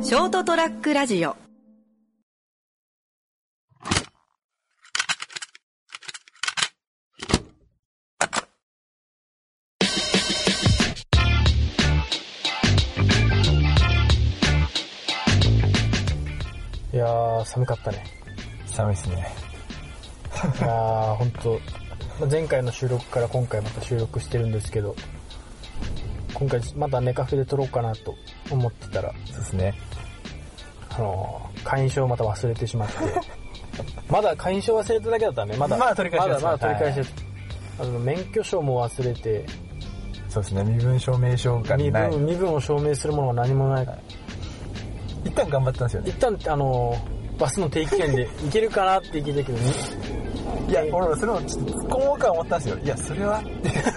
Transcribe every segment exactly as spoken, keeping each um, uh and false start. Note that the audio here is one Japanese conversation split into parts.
ショートトラックラジオ。 いやー寒かったね。 寒いですね。 いやーほんと前回の収録から今回また収録してるんですけど、今回またネカフェで撮ろうかなと思ってたら、 そうですね。 あのー、会員証をまた忘れてしまってまだ会員証忘れただけだったね。まだまだ取り返しまだまだ取り返して、 はい、 あの免許証も忘れて、 そうですね。身分証明書がない。 身分身分を証明するものが何もない、はい、 一旦頑張ったんですよね。 一旦あのー、バスの定期券で行けるかなって聞いたけどいや、俺もそれもちょっと突っ込もうか思ったんですよ。いや、それは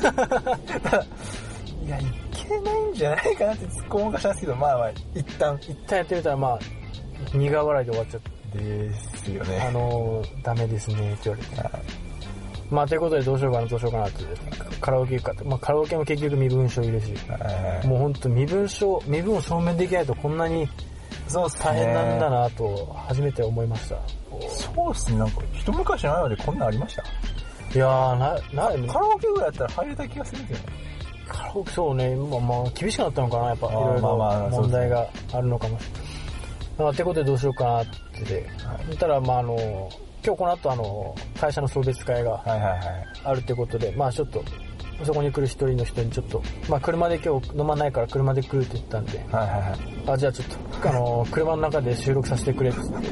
いや、いけないんじゃないかなって突っ込もうかしたんですけど、まあまあ、一旦。 一旦やってみたら、まあ、苦笑いで終わっちゃった。 ですよね。 あのー、ダメですねって言われて。はい、まあ、ということでどうしようかな、どうしようかなって。カラオケ行くかって。まあ、カラオケも結局身分証いるし。はい、もうほんと身分証、身分を証明できないとこんなに大変なんだなと、初めて思いました。 そうっすね。なんか、一昔前までこんなんありました？ いやー、な、な、 カラオケぐらいやったら入れた気がするんですよね。 カラオケ、そうね、まあまあ、厳しくなったのかな、やっぱ、いろいろ問題があるのかもしれない。まあ、ってことでどうしようかなってで、そしたら、まああの、今日この後あの、会社の送別会があるってことで、まあちょっと、そこに来る一人の人にちょっと、まあ車で今日飲まないから車で来るって言ったんで、はいはいはい、あ、じゃあちょっと、あの、車の中で収録させてくれって言って、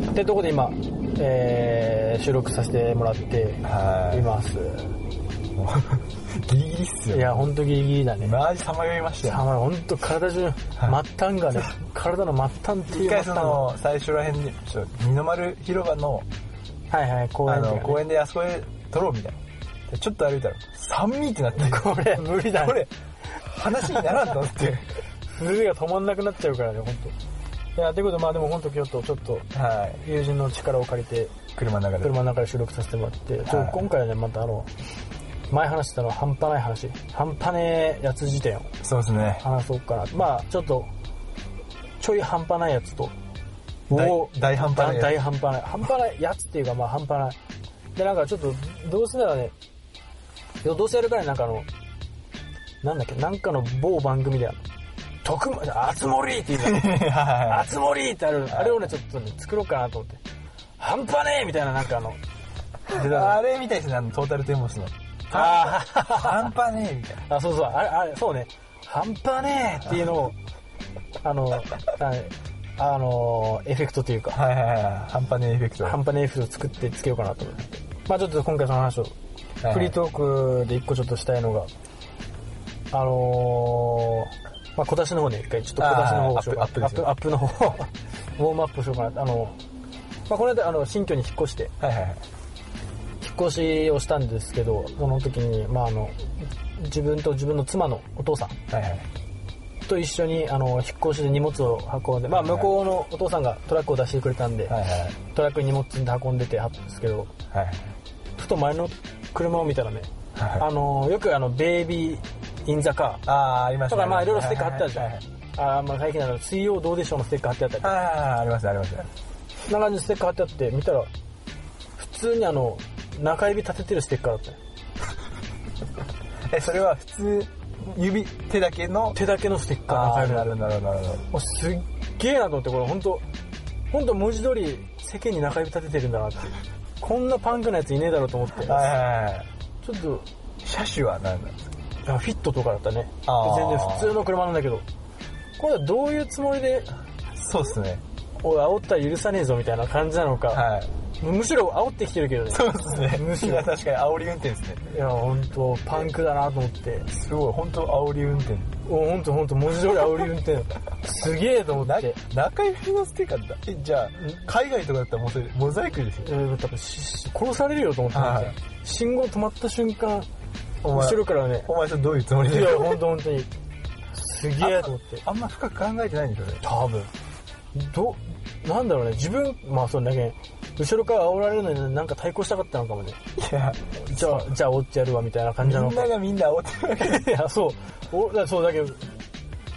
ってとこで今、えー、収録させてもらっています。 ギリギリっすよ、ね。 いや、ほんとギリギリだね。 マジさまよいましたよ。 さまよ、ほんと体中、はい、末端がね、体の末端っていう。 一回その、最初らへんに、ちょ、二の丸広場の、 はいはい、公園で、ね、 公園であそこで撮ろうみたいな。ちょっと歩いたら、寒いってなって。 これ、無理だね。 これ、話にならんと思って。 震えが止まんなくなっちゃうからね、ほんと。いや、ということで、まあでもほんと今日とちょっと、はい、友人の力を借りて、 車の中で。 車の中で収録させてもらって、ちょ、はい、今回はね、またあの、前話してたのは半端ない話。半端ねえやつ辞典を。 そうですね。 話そうかな。まあ、ちょっと、ちょい半端ないやつと、 大, 大半端ないやつ。 大半端ない。半端ないやつっていうか、まあ半端ない。で、なんかちょっと、どうせならね、どうせやるからなんかあの、なんだっけ、なんかの某番組である。特務、あつ森って言うから、あつ森ってある、あれをね、ちょっとね、作ろうかなと思って。半端ねえみたいな、なんかあの、 あれみたいですね、あの、トータルテンボスの。ああ、半端ねえみたいな。 あ、そうそう、あれ、あれ、そうね。半端ねえっていうのを、あの、あの、エフェクトというか。 はいはいはい。半端ねえエフェクト。 半端ねえエフェクトを作ってつけようかなと思って。まあちょっと今回その話を、はいはい、フリートークで一個ちょっとしたいのが、あのー、まあ今年の方ね、一回ちょっと今年の方をしようかな。アップ、アップ、アップの方を、ウォームアップしようかな。あの、まあこの間、あの、新居に引っ越して、はいはいはい。引っ越しをしたんですけど、その時に、まああの、自分と自分の妻のお父さん、はいはい、と一緒にあの引っ越しで荷物を運んで、まあ向こうのお父さんがトラックを出してくれたんで、はいはい、トラックに荷物で運んでてはったんですけど、はい、ふと前の車を見たらね、はいはい、あのよくあのベイビーインザカー、 あありましたね。 とかまあいろいろステッカー貼ってあるじゃん。はいはいはい、あまあ最近なの水曜どうでしょうのステッカー貼ってあったり。 ああありますあります。 な感じでステッカー貼ってあって見たら普通にあの中指立ててるステッカーだったよ。 え、それは普通指手だけの手だけのステッカー。 あー、なるほどなるほどなるほど。 すっげえなと思って、これ本当本当文字通り世間に中指立ててるんだなって。こんなパンクなやついねえだろうと思って。はいはいはい。ちょっと車種は何なんですか？ フィットとかだったね。全然普通の車なんだけど、これはどういうつもりで、 そうっすね。 おい煽ったら許さねえぞみたいな感じなのか。はい。むしろ煽ってきてるけどね。 そうですね。むしろ確かに煽り運転ですね。 いや本当パンクだなと思って。 すごい本当煽り運転。 お本当本当文字通り煽り運転。すげえと思って。 中指のステッカーだ。えじゃあ海外とかだったらもうそれモザイクですよ。 えー、多分殺されるよと思って、はい。信号止まった瞬間後ろからね。 お前それどういうつもりで？ いや本当本当にすげえと思って。 あんま深く考えてないんでしょうね。 多分。どなんだろうね自分まあそんだけ。後ろから煽られるのになんか対抗したかったのかもね。いや、じゃあ、じゃあ煽ってやるわみたいな感じなのか。 みんながみんな煽ってるわけいや、そう。おそうだけど、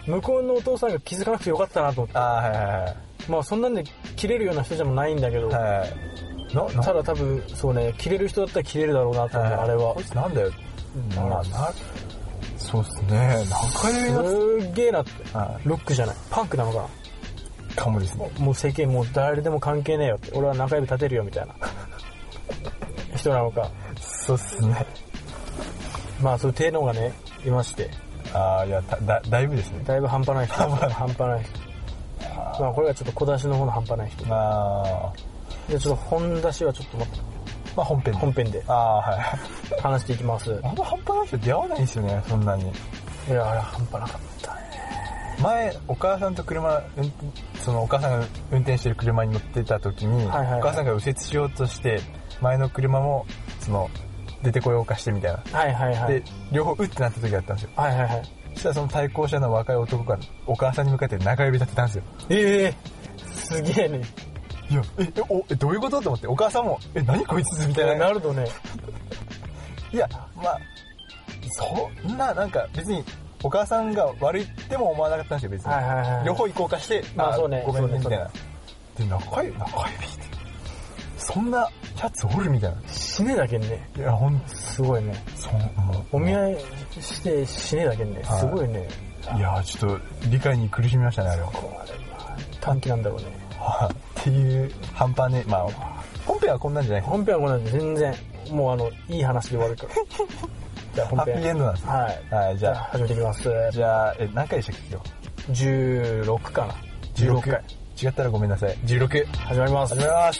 向こうのお父さんが気づかなくてよかったなと思って。 ああ、はいはいはい。 まあそんなんで切れるような人じゃないんだけど、 はい。な、なただ多分、そうね、切れる人だったら切れるだろうなと思う、はい、あれは。 こいつなんだよ。うん、まあ、な、そうっすね。中指の。 すげえなって、はい。ロックじゃない。パンクなのかな。 かもですね。 もう世間もう誰でも関係ねえよって。俺は中指立てるよみたいな人なのか。 そうっすね。 まあそういう低能がね、いまして。 ああ、いや、だ、だいぶですね。 だいぶ半端ない人。半端ない人。まあこれはちょっと小出しの方の半端ない人。 ああ。 で、ちょっと本出しはちょっと待って。 まあ本編で。 本編で。 ああ、はい。 話していきます。 あんま半端ない人出会わないんですよね、そんなに。 いや、あれ半端なかったね。 前、お母さんと車、そのお母さんが運転してる車に乗ってた時に、はいはいはい、お母さんが右折しようとして、前の車も、その、出てこようかしてみたいな。 はいはいはい。 で、両方うってなった時があったんですよ。 はいはいはい。 そしたらその対向車の若い男がお母さんに向かって中指立てたんですよ。 ええー、すげえね。 いや、え、え、お、え、どういうことと思って、お母さんも、え、何こいつみたいな。 なるとね。 いや、まあ、そんな、なんか別に、お母さんが悪いっても思わなかったんですよ、別に。 はいはいはい。 両方移行化して、 まあそうね。 ごめんね、みたいな。で、中指、中指って、そんなやつおるみたいな。 死ねだけんね。 いや、ほんすごいね。 そう、もう。 お見合いして死ねだけんね。すごいね。 いや、ちょっと理解に苦しみましたね、あれは。 短期なんだろうね。 っていう半端ね、まあ、本編はこんなんじゃない本編はこんなんで全然、もうあの、いい話で終わるから。じゃあ本編。 ハッピーエンドなんですね。 はい。 はい、じゃあ。 始めていきます。 じゃあ、え、何回でしたっけ今日じゅうろくかな。じゅうろくかい。 違ったらごめんなさい。じゅうろく。 始まります。 始まります。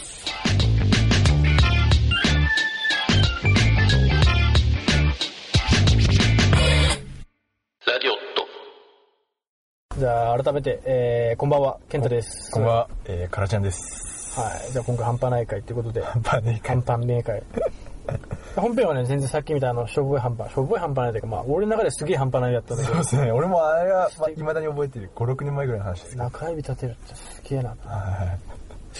ラディオット。じゃあ、改めて、えー、こんばんは、ケンタです。 こんばんは、えー、カラちゃんです。 はい。じゃあ今回半端ない会ってことで。 半端ない会。 半端ない会。本編はね、全然さっきみたいな、しょぼい半端、しょぼい半端ないというか、まあ、俺の中ですげえ半端ないだったんだけど。 そうですね。俺もあれは、まあ、未だに覚えてる。ご、ろくねんまえぐらいの話ですけど。 中指立てるってすげえな。 はい。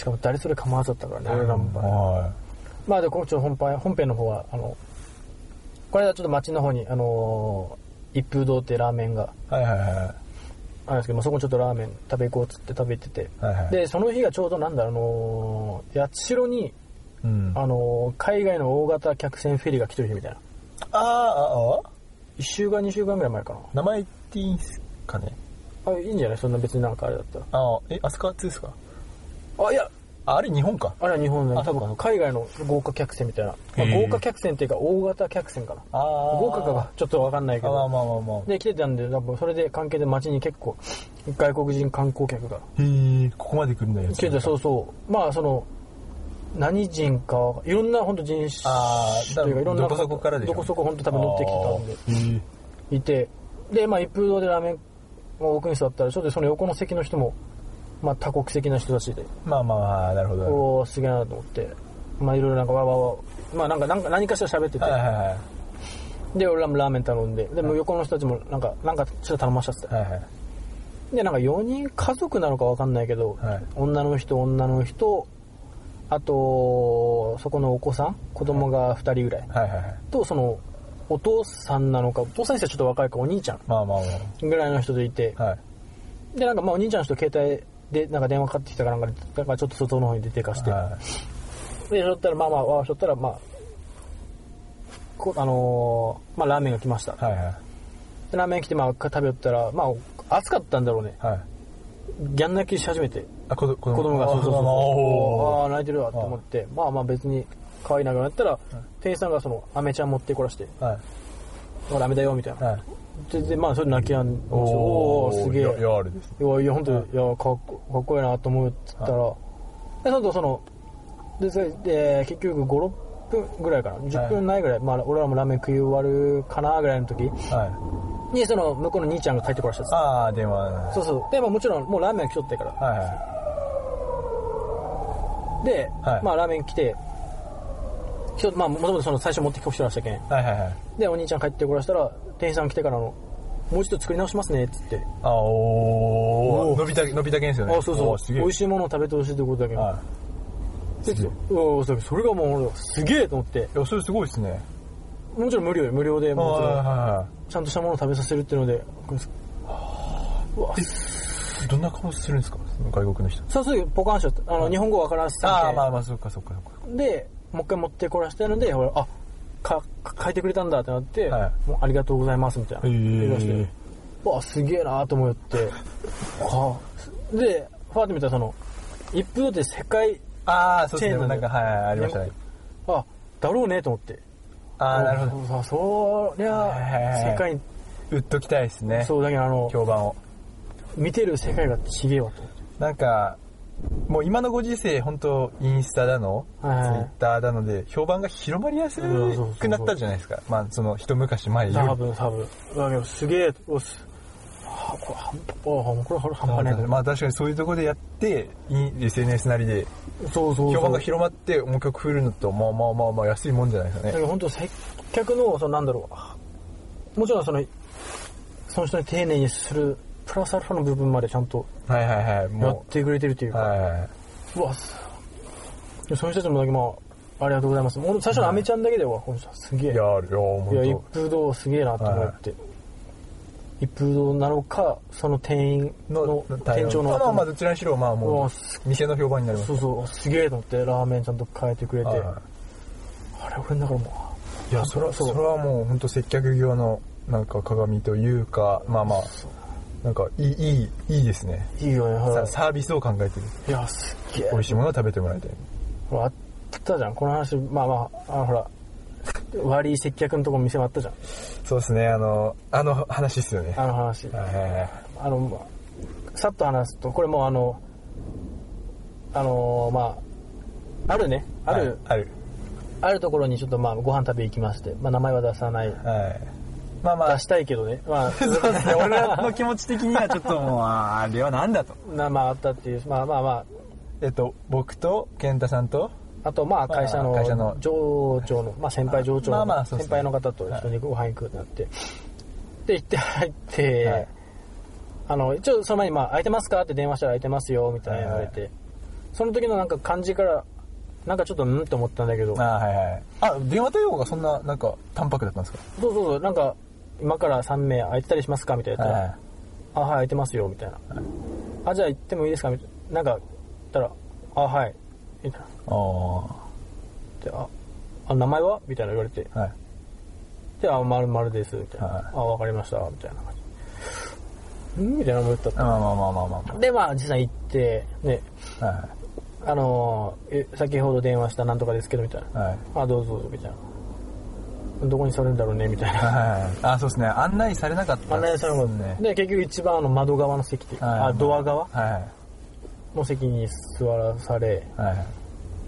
しかも誰それ構わずだったからね、俺らも。 はい。 まあ、で、今回本編、本編の方は、あの、これはちょっと街の方に、あのー、一風堂ってラーメンが。 はいはいはい。 あるんですけど、まあ、そこちょっとラーメン食べ行こうっつって食べてて。 はいはい。 で、その日がちょうどなんだ、あのー、八代に、うん、あの海外の大型客船フェリーが来てる日みたいな。 ああ、ああいっしゅうかんにしゅうかんぐらい前かな。 名前言っていいんすかね。 あ、いいんじゃないそんな別になんかあれだったら。 ああ、え、アスカツですか。 あ、いやあ、あれ日本か。 あれは日本の多分海外の豪華客船みたいな。まあ、豪華客船っていうか大型客船かな。ああ。豪華かがちょっとわかんないけど。 まあまあまあまあ。 で、来てたんで、多分それで関係で街に結構外国人観光客が。 へえ、ここまで来るんだよ。 来てそうそう。まあその、何人か、いろんな本当人種というかいろんなどこそこからでしょ。 どこそこ本当多分乗ってきてたんで、いて、で、まあ一風堂でラーメンを奥に座ったら、ちょっとその横の席の人も、まあ多国籍な人たちで。 まあまあまあ、なるほど。 おー、すげえなと思って、まあいろいろなんかわわわ、まあなんか、なんか何かしら喋ってて、はいはいはい、で、俺らもラーメン頼んで、でも横の人たちもなんか、なんかちょっと頼ましちゃってた。はいはい、で、なんかよにん家族なのかわかんないけど、はい、女の人、女の人、あと、そこのお子さん、子供がふたりぐらい。はいはいはい、と、その、お父さんなのか、お父さんにしてはちょっと若いか、お兄ちゃん。まあまあまあ。ぐらいの人でいて。はい、で、なんかまあお兄ちゃんの人携帯で、なんか電話かかってきたかなんかで、だからちょっと外の方に出てかして。はい、で、しょったら、まあまあ、わしょったら、まあ、こあのー、まあラーメンが来ました。はいはい、でラーメン来て、まあ食べよったら、まあ、暑かったんだろうね。はい、ギャン泣きし始めて。あ、子供子供が、そうそうそうそう。ああ、泣いてるわと思って、まあまあ別に可愛いなくなったら、はい、店員さんがその、アメちゃん持ってこらして、はい。ほら、アメだよ、みたいな。はい、で, で、まあそれ泣きやん、おー、すげえ。いや、いや、あれです、ね。いや、いや、ほんと、はい、いや、かっこ、かっこいいなと思うって言ったら、はい、で、そのその、で、それで、結局ご、ろっぷんぐらいかな。じゅっぷんないぐらい、はい、まあ俺らもラーメン食い終わるかなぐらいの時、はい。に、その、向こうの兄ちゃんが帰ってこらしたんです。ああ、電話。そうそう。で、まあもちろん、もうラーメン来とってから。はいはい。で、はい、まあラーメン来て、まあもともとその最初持ってきた人らしたけん。はいはいはい。で、お兄ちゃん帰ってこらしたら、店員さん来てからの、もう一度作り直しますね、っつって。あおー。伸びた、伸びたけんですよね。あそうそう。美味しいものを食べてほしいってことだけど。はい。で、おー、それがもう、すげえと思って。いや、それすごいですね。もちろん無料よ、無料で、もちろん。ちゃんとしたものを食べさせるっていうので、 うわどんな顔するんですかその外国の人。 そうそうポカンしよってあの、うん、日本語わからんすぎてああまあまあそうかそうかそうかでもう一回持ってこらしたのであか書いてくれたんだってなって、はい、もうありがとうございますみたいな言いまして、うわすげえなと思ってはでファーって見たらその一風って世界ああそうですねなんかはいありましたねあだろうねと思ってああなるほどそりゃ世界に売っときたいですねそうだけどあの評判を見てる世界がちげえわと思ってなんかもう今のご時世本当インスタだの、はいはい、ツイッターだので評判が広まりやすくなったじゃないですか。まあその一昔前より。 多分多分。だけどすげえおす。はこれ半端これ半端ない。 まあ確かにそういうところでやってエスエヌエス なりで評判が広まってもう曲振るのとまあまあまあまあ安いもんじゃないですかね。 だから本当接客のそのなんだろうもちろんそのその人に丁寧にする。プラスアルファの部分までちゃんとやってくれてるというか、はいはいはい、うわその人たちもだけまあありがとうございます。俺最初のアメちゃんだけではこの人すげえいやいや一風堂すげえなと思って、はい、一風堂なのかその店員の店長のまあまあどちらにしろまあもう店の評判になります。 そうそうすげえと思ってラーメンちゃんと変えてくれて、はいはい、あれ俺の中でもいやそれはそれはもう本当接客業のなんか鏡というかまあまあなんかいいいいいいですね。 いいよね。 サ, サービスを考えてる。 いやすっげえ。 美味しいものを食べてもらいたい。 あったじゃんこの話まあまああのほら悪い接客のところ店もあったじゃん。 そうですねあのあの話っすよね。 あの話。はいはいはい。あのさっと話すとこれもあのあのまああるねある、はい、 あるあるところにちょっとまあご飯食べ行きましてまあ名前は出さない。はい。まあまあ出したいけどね。まあそうですね。俺らの気持ち的にはちょっともうあれはなんだと。 なまああったっていうまあまあまあえっと僕と健太さんとあとまあ会社の会社の上長のまあ先輩上長の先輩の方と一緒にご飯行くってなってで行って入ってあの一応その前にまあ空いてますかって電話したら空いてますよみたいな言われてその時のなんか感じからなんかちょっとうんって思ったんだけどあはいはいあ電話対応がそんななんか淡白だったんですか。 そうそうそうなんか今からさん名空いてたりしますかみたいな、はいはい、あはい空いてますよみたいな、はい、あじゃあ行ってもいいですかみたいななんか言ったらあはいみたいなあでああ名前はみたいな言われて、はい、であ丸々ですみたいな、はい、あ分かりましたみたいな感じんみたいな思ったったまあまあまあまあまあでまあ実際行ってね、はいはい、あのー、え先ほど電話したなんとかですけどみたいな、はい、あどうぞどうぞみたいなどこに座るんだろうねみたいな、 はいはい、あそうですね案内されなかった案内されなかったねで結局一番あの窓側の席で、はい、あドア側、はい、の席に座らされ、はい、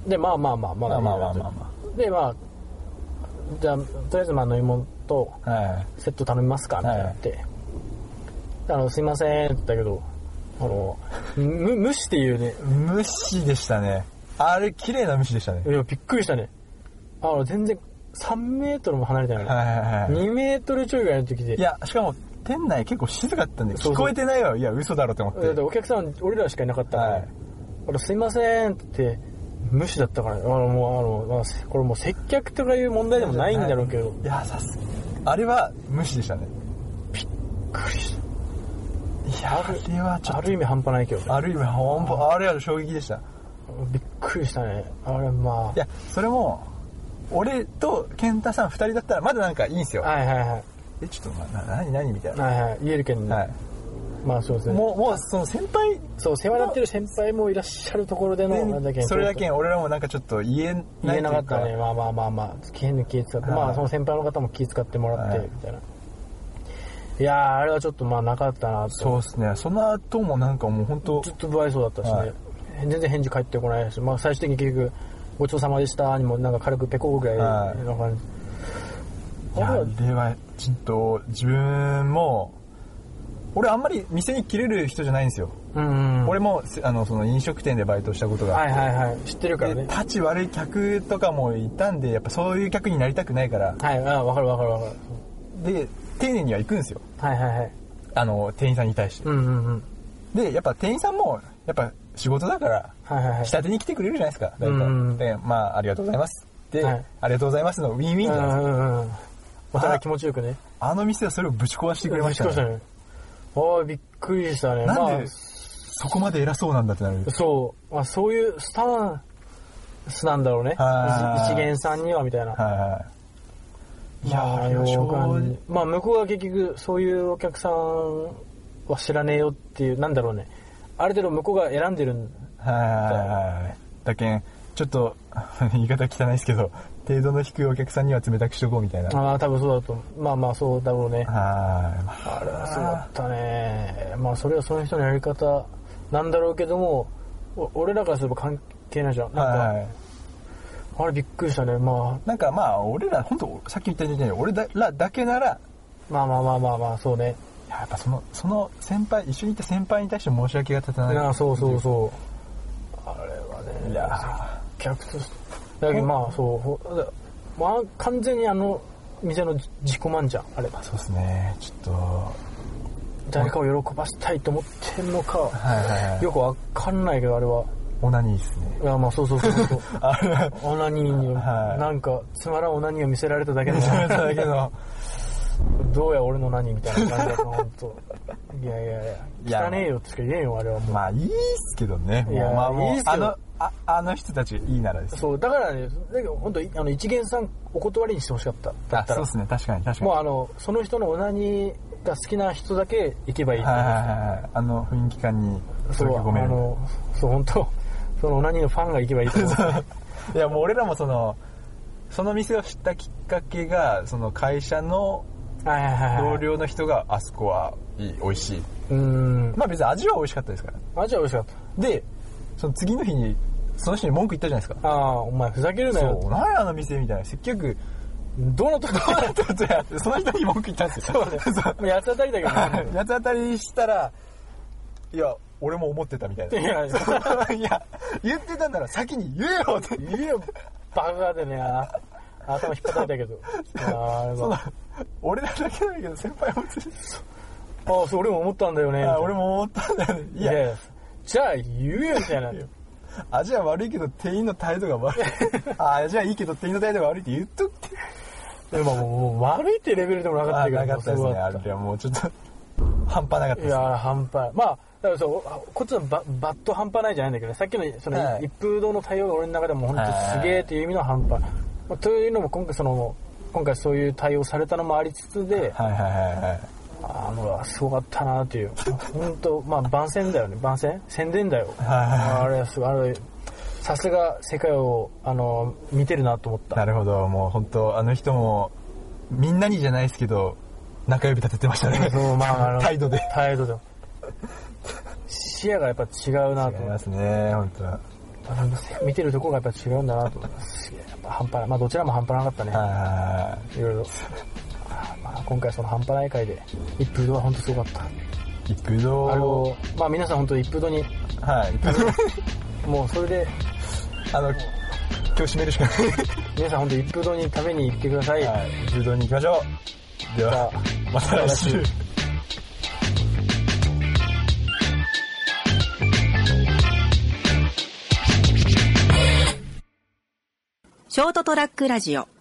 でまあまあまあまだいいなと、まあまあまあまあ、でまあじゃあとりあえずまあ飲み物とセット頼みますかみたいになって、はい、あのすいませんって言ったけどあのむ無視っていうね無視でしたねあれ綺麗な無視でしたねいやびっくりしたねあの全然さんメートルも離れてないの、はいはいはい、にメートルちょいぐらいの時でいやしかも店内結構静かったんで聞こえてないわいや嘘だろって思ってだってお客さん俺らしかいなかったから、はい、俺すいませんって無視だったから、ね、あのもうあの、まあ、これもう接客とかいう問題でもないんだろうけどいやさすあれは無視でしたねびっくりしたいやあれはちょっとある意味半端ないけど、ね、 ある意味半端あれは衝撃でしたびっくりしたねあれまあいやそれも俺と健太さんふたりだったらまだなんかいいんですよはいはいはいえちょっとな何何みたいなはいはい言えるけどね、はい、まあそうですねもうもうその先輩そう世話になってる先輩もいらっしゃるところでのなんだけそれだけ俺らもなんかちょっと言えない言えなかったねまあまあまあまあ気に気使って、はい、まあその先輩の方も気使ってもらって、はい、みたいないやーあれはちょっとまあなかったなとそうですねその後もなんかもう本当ずっと不愛想だったしね、はい、全然返事返ってこないしまあ最終的に結局ごちそうさまでしたにもなんか軽くペコぐらいの感じ、はい、いやあれはちょっと自分も俺あんまり店に切れる人じゃないんですよ、うんうん、俺もあのその飲食店でバイトしたことがあって、 はいはいはい、知ってるからね立ち悪い客とかもいたんでやっぱそういう客になりたくないからはいあ分かる分かる分かるで丁寧には行くんですよはいはいはいあの店員さんに対して、うんうんうん、でやっぱ店員さんもやっぱ仕事だから、はいはいはい、下手に来てくれるじゃないですか。うんうん、で、まあ、ありがとうございます。で、はい、ありがとうございますのウィンウィンじゃないですか。うんうんうん、 お互い気持ちよくね。 あの店はそれをぶち壊してくれましたね。 ぶち壊したね。 ああ、びっくりしたね。 なんで、 まあ、 そこまで偉そうなんだってなる。 そう。まあ、そういうスタンスなんだろうね。一元さんにはみたいな。はいはい。いやー、まあ、向こうは結局、そういうお客さんは知らねえよっていう、なんだろうね。ある程度向こうが選んでるんだ。はいはいはい。 だけん、ちょっと、言い方汚いですけど、程度の低いお客さんには冷たくしとこうみたいな。 ああ、多分そうだと。まあまあそうだろうね。はい。 あれはそうだったね。まあそれはその人のやり方なんだろうけども、俺らからすれば関係ないじゃん。なんか、はい、あれびっくりしたね。まあ。 なんかまあ、俺ら、本当さっき言ったように、俺らだけなら、 まあまあまあまあまあ、そうね。 やっぱその、その先輩、一緒にいた先輩に対して申し訳が立たない。いや、そうそうそう。あれはね。いや客として。だけどまあそうまあ完全にあの店の自己満じゃんあれば。 そうですね。ちょっと誰かを喜ばせたいと思ってんのか、はいはいはい、よくわかんないけどあれはオナニーですね。 いやまあそうそうそうそうオナニーに、はい、なんかつまらんオナニーを見せられただけのだけのどうや俺の何みたいな感じだった本当。いやいやいや汚ねえよってしか言えんよあれはもう。 まあいいっすけどね。 いやまあもういいっすけど。 あのああの人たちいいならです。 そうだからねだけど本当あの一元さんお断りにしてほしかった。だったらそうですね確かに確かに。 もうあのその人のオナニーが好きな人だけ行けばいい。 はいはいはい。あの雰囲気感にそうごめん。あのそう本当そのオナニーのファンが行けばいいと思う。 いやもう俺らもそのその店を知ったきっかけがその会社の同僚の人があそこはいい美味しい。うん。まあ別に味は美味しかったですから。 味は美味しかった。 でその次の日にその人に文句言ったじゃないですか。 ああお前ふざけるなよ。 そう何やあの店みたいな接客どうなったどうなったってやってその人に文句言ったんですよ。 そうね。そう八つ当たりだけど、 ね。八つ当たりしたらいや俺も思ってたみたいな。いやいや言ってたんなら先に言えよって言えよバカでね頭引っ張ったんだけど。 あその俺らだけだけど先輩もつる。 ああそう俺も思ったんだよね。 あ俺も思ったんだよね。 いやじゃあ言えよみたいな。 味は悪いけど店員の態度が悪い。あ味はいいけど店員の態度が悪いって言っとって。 でももう悪いってレベルでもなかったけど。 なかったですね。あれはもうちょっと半端なかったです、ね。いや半端まあだからそうこっちのババッと半端ないじゃないんだけど、ね、さっきのその、はい、一風堂の対応が俺の中でも本当すげえっていう意味の半端。まあ、というのも今回その今回そういう対応されたのもありつつで、はいはいはいはい。あのすごかったなっていう本当まあ番宣だよね番宣宣伝だよ。あれはすごいあれさすが世界をあの見てるなと思った。 なるほどもう本当あの人もみんなにじゃないですけど中指立ててましたね。そうまああの態度で態度で視野がやっぱ違うなと思って。違いますね本当。 見てるところがやっぱ違うんだなと思います。やっぱ半端ないまあどちらも半端なかったね。いろいろ。まあ、今回その半端ない回で一風堂は本当すごかった。 一風堂あのまあ皆さん本当一風堂にはいもうそれであの今日締めるしかない。 皆さん本当一風堂に食べに行ってください。はい一風堂に行きましょう。ではまた来週。 ショートトラックラジオ